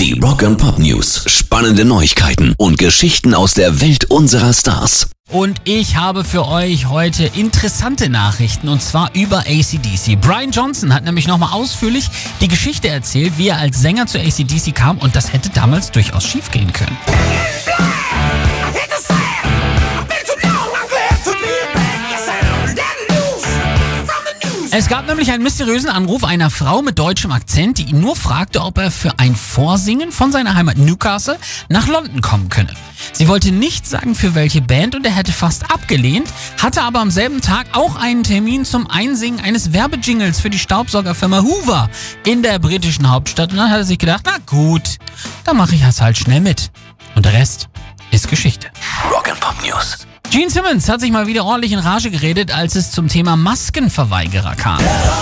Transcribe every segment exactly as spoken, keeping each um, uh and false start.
Die Rock and Pop News. Spannende Neuigkeiten und Geschichten aus der Welt unserer Stars. Und ich habe für euch heute interessante Nachrichten, und zwar über A C D C. Brian Johnson hat nämlich nochmal ausführlich die Geschichte erzählt, wie er als Sänger zu A C D C kam, und das hätte damals durchaus schief gehen können. Es gab nämlich einen mysteriösen Anruf einer Frau mit deutschem Akzent, die ihn nur fragte, ob er für ein Vorsingen von seiner Heimat Newcastle nach London kommen könne. Sie wollte nicht sagen, für welche Band, und er hätte fast abgelehnt, hatte aber am selben Tag auch einen Termin zum Einsingen eines Werbejingles für die Staubsaugerfirma Hoover in der britischen Hauptstadt. Und dann hat er sich gedacht, na gut, dann mache ich das halt schnell mit. Und der Rest ist Geschichte. Rock and Pop News. Gene Simmons hat sich mal wieder ordentlich in Rage geredet, als es zum Thema Maskenverweigerer kam.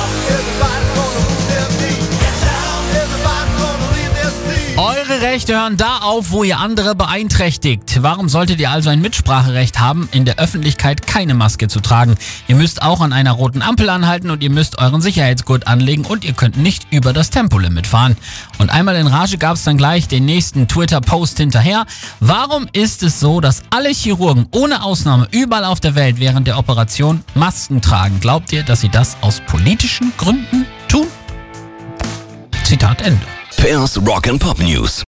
Eure Rechte hören da auf, wo ihr andere beeinträchtigt. Warum solltet ihr also ein Mitspracherecht haben, in der Öffentlichkeit keine Maske zu tragen? Ihr müsst auch an einer roten Ampel anhalten, und ihr müsst euren Sicherheitsgurt anlegen, und ihr könnt nicht über das Tempolimit fahren. Und einmal in Rage gab es dann gleich den nächsten Twitter-Post hinterher. Warum ist es so, dass alle Chirurgen ohne Ausnahme überall auf der Welt während der Operation Masken tragen? Glaubt ihr, dass sie das aus politischen Gründen tun? Zitat Ende. Pairs Rock and Pop News.